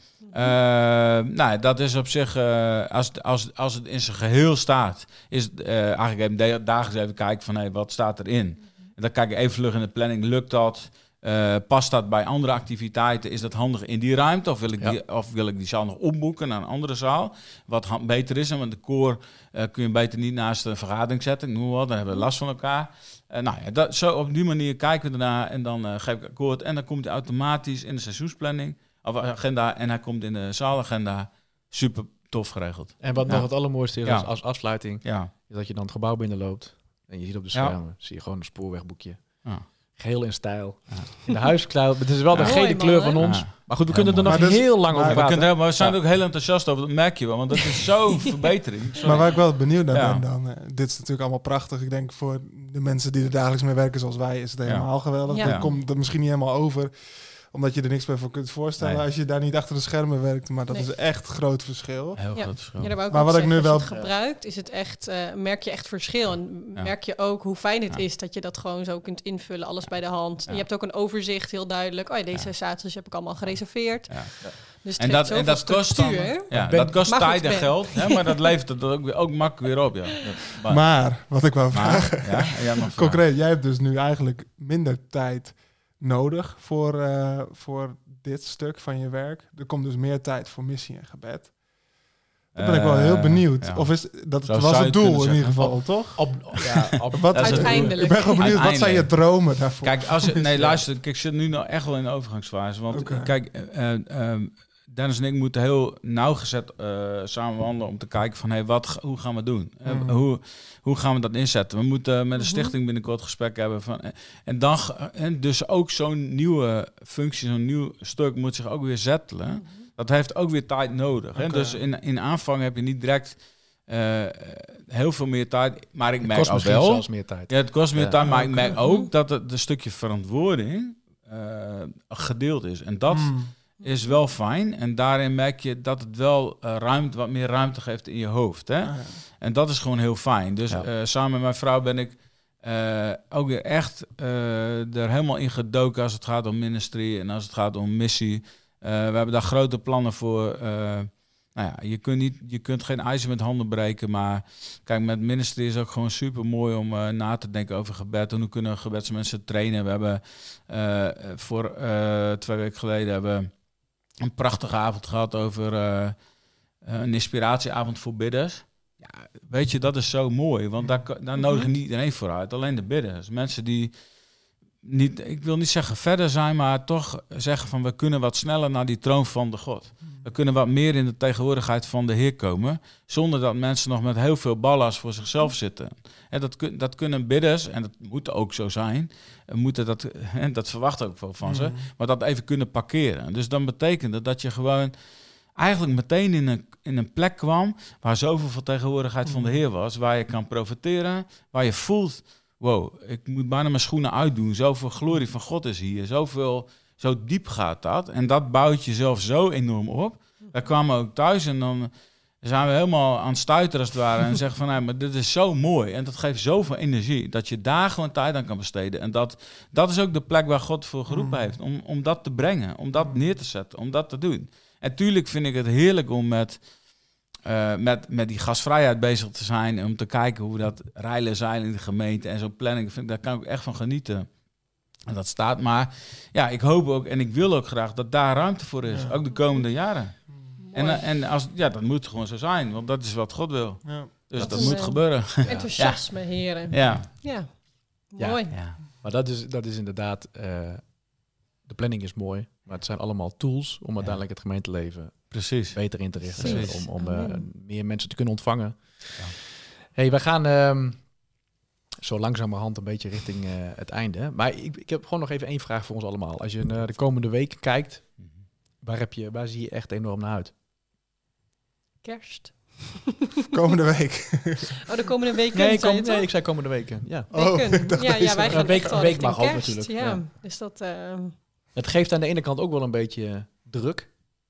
Dat is op zich, als het in zijn geheel staat, is het eigenlijk even dagelijks even kijken van wat staat erin. En dan kijk ik even vlug in de planning, lukt dat? Past dat bij andere activiteiten? Is dat handig in die ruimte? Of wil ik die zaal nog omboeken naar een andere zaal? Wat beter is, want de koor kun je beter niet naast een vergadering zetten. Ik noem wat, dan hebben we last van elkaar. Zo op die manier kijken we ernaar en dan geef ik akkoord. En dan komt hij automatisch in de seizoensplanning of agenda en hij komt in de zaalagenda. Super tof geregeld. En wat nog het allermooiste is als afsluiting, is dat je dan het gebouw binnenloopt en je ziet op de schermen, zie je gewoon een spoorwegboekje. Ja. Geheel in stijl. Ja. In de huisklauw. Het is wel de gele kleur van ons. Ja. Maar goed, we kunnen er nog heel lang over praten. We zijn er ook heel enthousiast over. Dat merk je wel. Want dat is zo'n verbetering. Sorry. Maar waar ik wel benieuwd naar ben dan. Dit is natuurlijk allemaal prachtig. Ik denk voor de mensen die er dagelijks mee werken zoals wij is het helemaal geweldig. Ja. Dan komt het misschien niet helemaal over. Omdat je er niks bij voor kunt voorstellen als je daar niet achter de schermen werkt. Maar dat is echt een groot verschil. Heel groot verschil. Ja, maar wat ik nu wel gebruikt, is het echt, merk je echt verschil. En merk je ook hoe fijn het is dat je dat gewoon zo kunt invullen. Alles bij de hand. Ja. Je hebt ook een overzicht, heel duidelijk. Deze zaterdag heb ik allemaal gereserveerd. Ja. Dus dat kost dat kost tijd en geld. Hè, maar dat levert het ook makkelijk weer op. Ja. Maar wat ik wou vragen. Concreet, jij hebt dus nu eigenlijk minder tijd nodig voor dit stuk van je werk. Er komt dus meer tijd voor missie en gebed. Daar ben ik wel heel benieuwd. Ja. Of is dat was het doel in ieder geval, toch? Uiteindelijk. Ik ben gewoon benieuwd, wat zijn je dromen daarvoor? Kijk, luister, ik zit nu nog echt wel in de overgangsfase. Want kijk, Dennis en ik moeten heel nauwgezet samen wandelen om te kijken van hoe gaan we het doen? Hoe gaan we dat inzetten? We moeten met de stichting binnenkort gesprek hebben van en dus ook zo'n nieuwe functie, zo'n nieuw stuk moet zich ook weer zettelen. Dat heeft ook weer tijd nodig. Hè? Dus in aanvang heb je niet direct heel veel meer tijd, maar ik merk ook wel. Zelfs meer tijd. Ja, het kost meer tijd, maar ik merk ook dat het een stukje verantwoording gedeeld is en dat is wel fijn. En daarin merk je dat het wel wat meer ruimte geeft in je hoofd. Hè? En dat is gewoon heel fijn. Dus samen met mijn vrouw ben ik ook weer echt er helemaal in gedoken als het gaat om ministry en als het gaat om missie. We hebben daar grote plannen voor. Je kunt geen ijzer met handen breken, maar kijk, met ministry is ook gewoon super mooi om na te denken over gebed. En hoe kunnen gebedsmensen trainen? We hebben voor 2 weken geleden hebben een prachtige avond gehad over een inspiratieavond voor bidders. Ja, weet je, dat is zo mooi, want daar nodig je niet iedereen voor uit. Alleen de bidders. Mensen die niet, ik wil niet zeggen verder zijn, maar toch zeggen van we kunnen wat sneller naar die troon van de God. We kunnen wat meer in de tegenwoordigheid van de Heer komen, zonder dat mensen nog met heel veel ballast voor zichzelf zitten. En dat kunnen bidders, en dat moet ook zo zijn, dat verwacht ook wel van ze, maar dat even kunnen parkeren. Dus dan betekent het dat je gewoon eigenlijk meteen in een plek kwam waar zoveel vertegenwoordigheid van de Heer was, waar je kan profiteren, waar je voelt, wow, ik moet bijna mijn schoenen uitdoen. Zoveel glorie van God is hier. Zo diep gaat dat. En dat bouwt jezelf zo enorm op. Daar kwamen we ook thuis en dan zijn we helemaal aan het stuiteren als het ware. En zeggen van, maar dit is zo mooi. En dat geeft zoveel energie. Dat je daar gewoon tijd aan kan besteden. En dat is ook de plek waar God voor geroepen heeft. Om dat te brengen. Om dat neer te zetten. Om dat te doen. En tuurlijk vind ik het heerlijk om met met die gasvrijheid bezig te zijn. En om te kijken hoe dat reilen, zeilen in de gemeente en zo'n planning. Daar kan ik echt van genieten. En dat staat. Maar ja, ik hoop ook en ik wil ook graag dat daar ruimte voor is. Ook de komende jaren. En dat moet gewoon zo zijn. Want dat is wat God wil. Ja. Dus dat moet gebeuren. Enthousiasme, heren. Ja. Mooi. Ja. Maar dat is inderdaad... de planning is mooi. Maar het zijn allemaal tools om uiteindelijk het gemeenteleven beter in te richten. Om meer mensen te kunnen ontvangen. Ja. Hey, we gaan zo langzamerhand een beetje richting het einde. Maar ik heb gewoon nog even één vraag voor ons allemaal. Als je naar de komende week kijkt, waar zie je echt enorm naar uit? Kerst. Komende week. De komende weken. Nee, ik zei komende weken. Ja. Wij gaan een week mag ook kerst, natuurlijk. Ja. Dus dat... Het geeft aan de ene kant ook wel een beetje druk.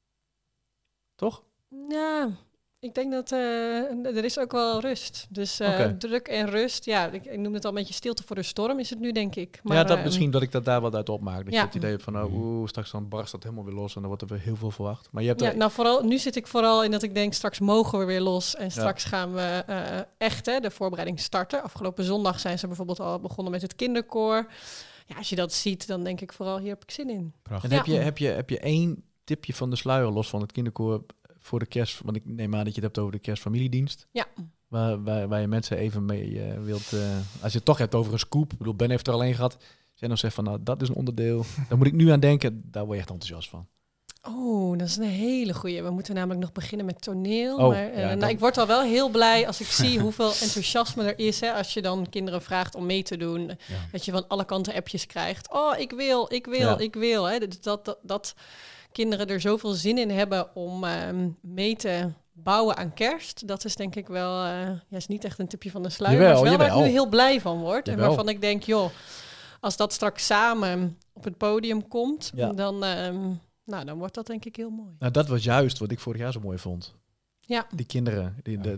Toch? Ja, ik denk dat er is ook wel rust. Dus druk en rust. Ja, ik noem het al een beetje stilte voor de storm is het nu, denk ik. Maar, misschien dat ik dat daar wat uit opmaak. Dat je het idee hebt van, straks dan barst dat helemaal weer los en dan wordt er weer heel veel verwacht. Maar je hebt nu zit ik vooral in dat ik denk, straks mogen we weer los. En straks gaan we echt de voorbereiding starten. Afgelopen zondag zijn ze bijvoorbeeld al begonnen met het kinderkoor. Ja, als je dat ziet, dan denk ik vooral, hier heb ik zin in. Prachtig. En heb je één tipje van de sluier los van het kinderkoor voor de kerst? Want ik neem aan dat je het hebt over de kerstfamiliedienst. Ja. Waar je mensen even mee wilt... als je het toch hebt over een scoop. Ik bedoel, Ben heeft er alleen gehad. Als jij dan zegt van, dat is een onderdeel. Daar moet ik nu aan denken. Daar word je echt enthousiast van. Oh, dat is een hele goeie. We moeten namelijk nog beginnen met toneel. Ik word al wel heel blij als ik zie hoeveel enthousiasme er is. Hè, als je dan kinderen vraagt om mee te doen. Ja. Dat je van alle kanten appjes krijgt. Oh, ik wil. Hè. Dat kinderen er zoveel zin in hebben om mee te bouwen aan kerst. Dat is denk ik wel... is niet echt een tipje van de sluier. Maar wel waar ik nu heel blij van word. En waarvan ik denk, als dat straks samen op het podium komt... dan wordt dat denk ik heel mooi. Nou, dat was juist wat ik vorig jaar zo mooi vond. Ja. Die kinderen,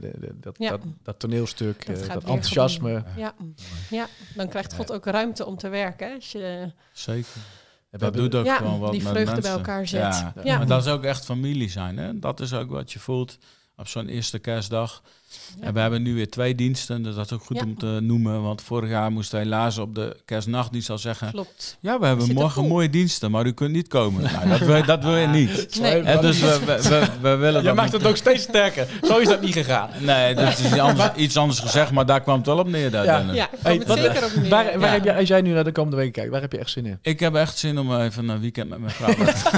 dat toneelstuk, dat enthousiasme. Ja, dan krijgt God ook ruimte om te werken. Hè? Zeker. Dat doet ook gewoon wat die met vreugde mensen bij elkaar zet. Ja. Maar dat is ook echt familie zijn. Hè? Dat is ook wat je voelt op zo'n eerste kerstdag. Ja. En we hebben nu weer 2 diensten, dus dat is ook goed om te noemen. Want vorig jaar moesten we helaas op de kerstnachtdienst al zeggen... Klopt. Ja, we hebben morgen mooie diensten, maar u kunt niet komen. Nou, dat wil je niet. Nee. En dus we willen... Je maakt het ook steeds sterker. Zo is dat niet gegaan. Nee, dat is iets anders gezegd, maar daar kwam het wel op neer. Zeker op neer. Waar heb je, als jij nu naar de komende week kijkt, waar heb je echt zin in? Ik heb echt zin om even een weekend met mijn vrouw.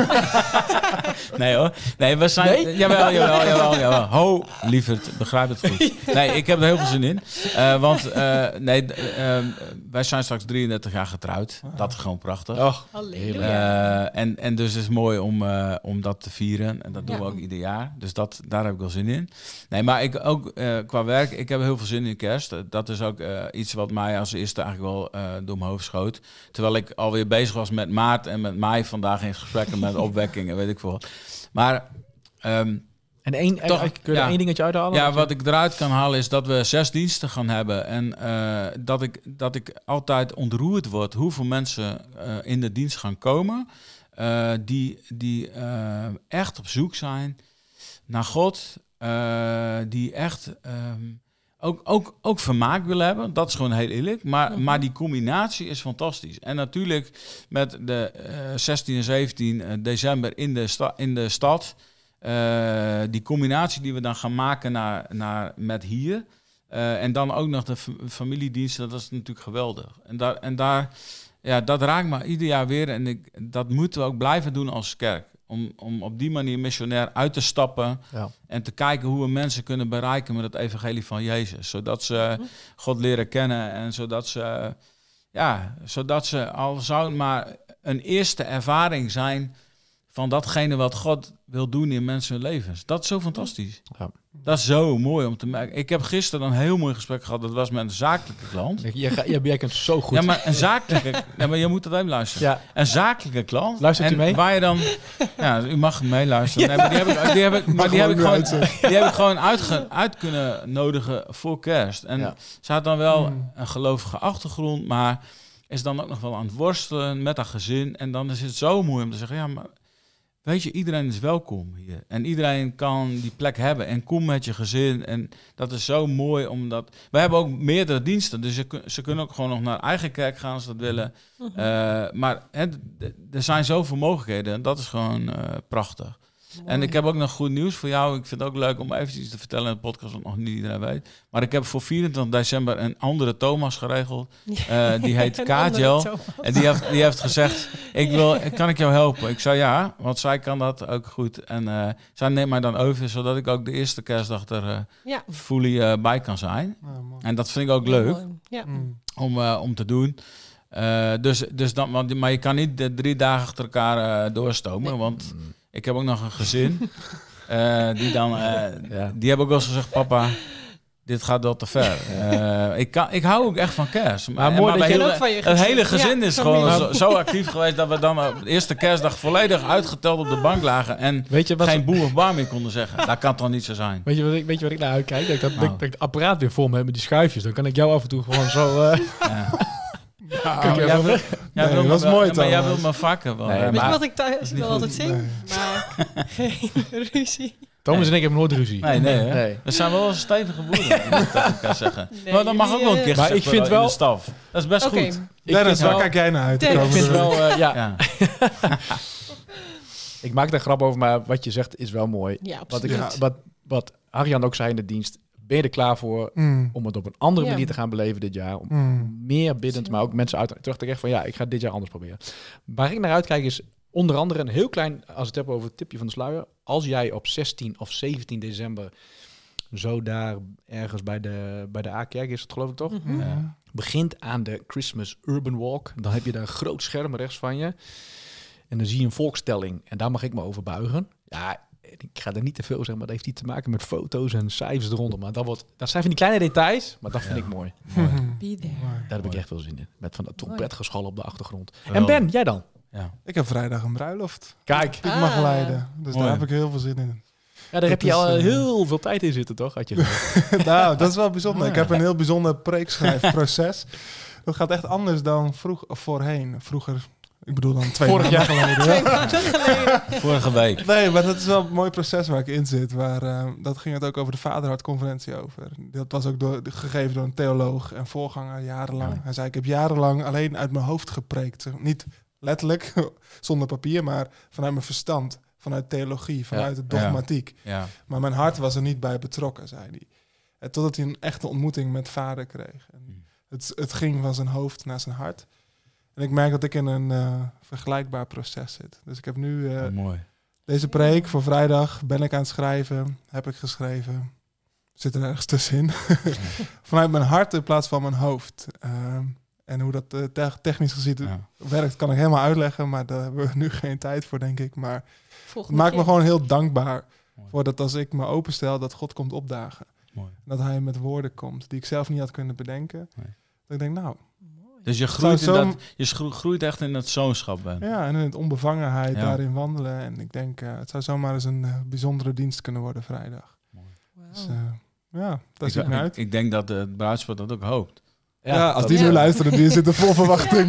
Nee hoor. Nee, we zijn... Nee? Jawel. Ho, lieverd, begrijp het goed. Nee, ik heb er heel veel zin in. Wij zijn straks 33 jaar getrouwd. Dat is gewoon prachtig. Halleluja. En dus het is mooi om dat te vieren. En dat doen we ook ieder jaar. Dus daar heb ik wel zin in. Nee, maar ik ook qua werk, ik heb heel veel zin in kerst. Dat is ook iets wat mij als eerste eigenlijk wel door mijn hoofd schoot. Terwijl ik alweer bezig was met maart en met mei vandaag in gesprekken met opwekkingen, weet ik veel. Maar... kun je er één dingetje uithalen? Ja, wat ik eruit kan halen is dat we 6 diensten gaan hebben. En dat ik altijd ontroerd word hoeveel mensen in de dienst gaan komen. Die echt op zoek zijn naar God. Die echt ook vermaak willen hebben. Dat is gewoon heel eerlijk. Maar die combinatie is fantastisch. En natuurlijk met de 16 en 17 december in de stad... die combinatie die we dan gaan maken met hier. En dan ook nog de familiediensten, dat is natuurlijk geweldig. Dat raakt me ieder jaar weer. En dat moeten we ook blijven doen als kerk. Om op die manier missionair uit te stappen. Ja. En te kijken hoe we mensen kunnen bereiken met het evangelie van Jezus. Zodat ze God leren kennen. En zodat ze al zou maar een eerste ervaring zijn... van datgene wat God wil doen in mensen hun levens. Dat is zo fantastisch. Ja. Dat is zo mooi om te merken. Ik heb gisteren een heel mooi gesprek gehad. Dat was met een zakelijke klant. Jij kent zo goed. Ja, maar een zakelijke... maar je moet het even luisteren. Ja. Een zakelijke klant. Luistert u mee? Waar je dan... Ja, u mag meeluisteren. Ja. Nee, maar die heb ik gewoon uit kunnen nodigen voor kerst. En ze had dan wel een gelovige achtergrond, maar is dan ook nog wel aan het worstelen met haar gezin. En dan is het zo mooi om te zeggen... ja, maar weet je, iedereen is welkom hier. En iedereen kan die plek hebben. En kom met je gezin. En dat is zo mooi, omdat... We hebben ook meerdere diensten. Dus ze kunnen ook gewoon nog naar eigen kerk gaan als ze dat willen. Maar er zijn zoveel mogelijkheden. En dat is gewoon prachtig. Mooi. En ik heb ook nog goed nieuws voor jou. Ik vind het ook leuk om even iets te vertellen in de podcast, wat nog niet iedereen weet. Maar ik heb voor 24 december een andere Thomas geregeld. Die heet Kajel. En die heeft gezegd, kan ik jou helpen? Ik zei ja, want zij kan dat ook goed. En zij neemt mij dan over, zodat ik ook de eerste kerstdag er fully bij kan zijn. En dat vind ik ook leuk om te doen. Maar je kan niet de 3 dagen achter elkaar doorstomen, want... Ik heb ook nog een gezin. Die hebben ook wel eens gezegd, papa, dit gaat wel te ver. Ik hou ook echt van kerst. Maar het hele gezin is gewoon zo actief geweest dat we dan op de eerste kerstdag volledig uitgeteld op de bank lagen en geen boe of baar meer konden zeggen. Dat kan toch niet zo zijn? Weet je wat ik naar uitkijk? Dat ik het apparaat weer voor me heb met die schuifjes. Dan kan ik jou af en toe gewoon zo... Dat was mooi. Maar jij wilt me vakken. Weet je wat ik thuis wel altijd zing? Maar geen ruzie. Thomas en ik hebben nooit ruzie. Nee. We zijn wel een stevige boeren, dat ik kan zeggen. Maar dat mag ook wel een keer gezegd worden in de staf. Dat is best goed. Dennis, waar kijk jij naar uit? Ik vind wel, Ik maak daar grap over, maar wat je zegt is wel mooi. Ja, wat Arjan ook zei in de dienst. Ben je er klaar voor om het op een andere manier te gaan beleven dit jaar? Om meer biddend, maar ook mensen uit terug te krijgen van ik ga dit jaar anders proberen. Waar ik naar uitkijk is onder andere een heel klein, als ik het heb over het tipje van de sluier. Als jij op 16 of 17 december zo daar ergens bij de A-kerk is het geloof ik toch? Begint aan de Christmas Urban Walk. Dan heb je daar een groot scherm rechts van je. En dan zie je een volkstelling. En daar mag ik me over buigen. Ja, ik ga er niet te veel zeggen, maar dat heeft niet te maken met foto's en cijfers eronder. Maar dat zijn van die kleine details, maar dat vind ik mooi. Daar heb ik echt veel zin in. Met van dat trompetgeschal op de achtergrond. En Ben, jij dan? Ja. Ik heb vrijdag een bruiloft. Kijk. Ik mag leiden, dus daar heb ik heel veel zin in. Ja, daar heb je al heel veel tijd in zitten, toch? Had je nou, dat is wel bijzonder. Ik heb een heel bijzonder preekschrijfproces. Dat gaat echt anders dan voorheen. Vroeger... Ik bedoel dan 2 maanden geleden. Vorige week. Nee, maar dat is wel een mooi proces waar ik in zit. Dat ging het ook over de Vaderhart-conferentie over. Dat was ook gegeven door een theoloog en voorganger jarenlang. Ja. Hij zei, ik heb jarenlang alleen uit mijn hoofd gepreekt. Niet letterlijk, zonder papier, maar vanuit mijn verstand. Vanuit theologie, vanuit de dogmatiek. Ja. Maar mijn hart was er niet bij betrokken, zei hij. En totdat hij een echte ontmoeting met vader kreeg. En het ging van zijn hoofd naar zijn hart. En ik merk dat ik in een vergelijkbaar proces zit. Dus ik heb nu deze preek voor vrijdag ben ik aan het schrijven. Heb ik geschreven. Zit er ergens tussenin. Vanuit mijn hart in plaats van mijn hoofd. En hoe dat technisch gezien werkt, kan ik helemaal uitleggen. Maar daar hebben we nu geen tijd voor, denk ik. Maar het maakt me gewoon heel dankbaar voor dat als ik me openstel, dat God komt opdagen. Mooi. Dat hij met woorden komt die ik zelf niet had kunnen bedenken. Nee. Dat ik denk, nou... Dus je groeit echt in het zoonschap. Ja, en in het onbevangenheid daarin wandelen. En ik denk, het zou zomaar eens een bijzondere dienst kunnen worden vrijdag. Wow. Dus daar zie ik naar uit. Ik denk dat het bruidspaar dat ook hoopt. Ja, als die nu luisteren, die zitten vol verwachting.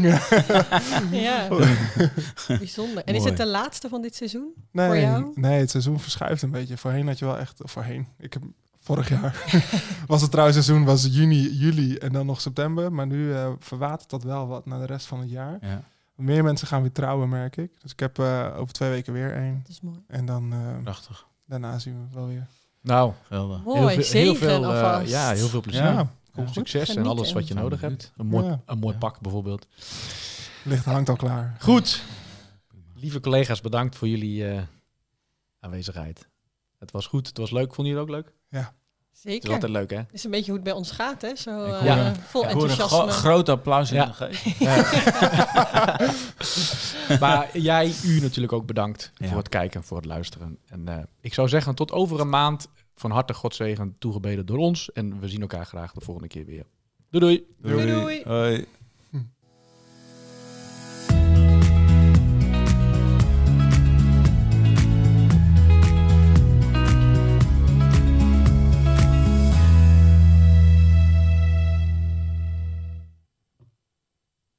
Bijzonder. En is het de laatste van dit seizoen voor jou? Nee, het seizoen verschuift een beetje. Voorheen had je wel echt... Vorig jaar was het trouwenseizoen was juni, juli en dan nog september. Maar nu verwatert dat wel wat naar de rest van het jaar. Ja. Meer mensen gaan weer trouwen, merk ik. Dus ik heb over 2 weken weer 1. Dat is mooi. En dan daarna zien we het wel weer. Nou, geweldig. Mooi, heel veel plezier. Ja, succes en alles wat je nodig hebt. Een mooi pak bijvoorbeeld. Licht hangt al klaar. Goed. Lieve collega's, bedankt voor jullie aanwezigheid. Het was goed, het was leuk. Vonden jullie het ook leuk? Ja. Zeker. Het is altijd leuk, hè? Het is een beetje hoe het bij ons gaat, hè? Zo vol enthousiasme. Een groot applaus in de geest. Maar u natuurlijk ook bedankt voor het kijken, voor het luisteren. En ik zou zeggen, tot over een maand van harte Godzegen toegebeden door ons. En we zien elkaar graag de volgende keer weer. Doei doei. Doei doei. Hoi.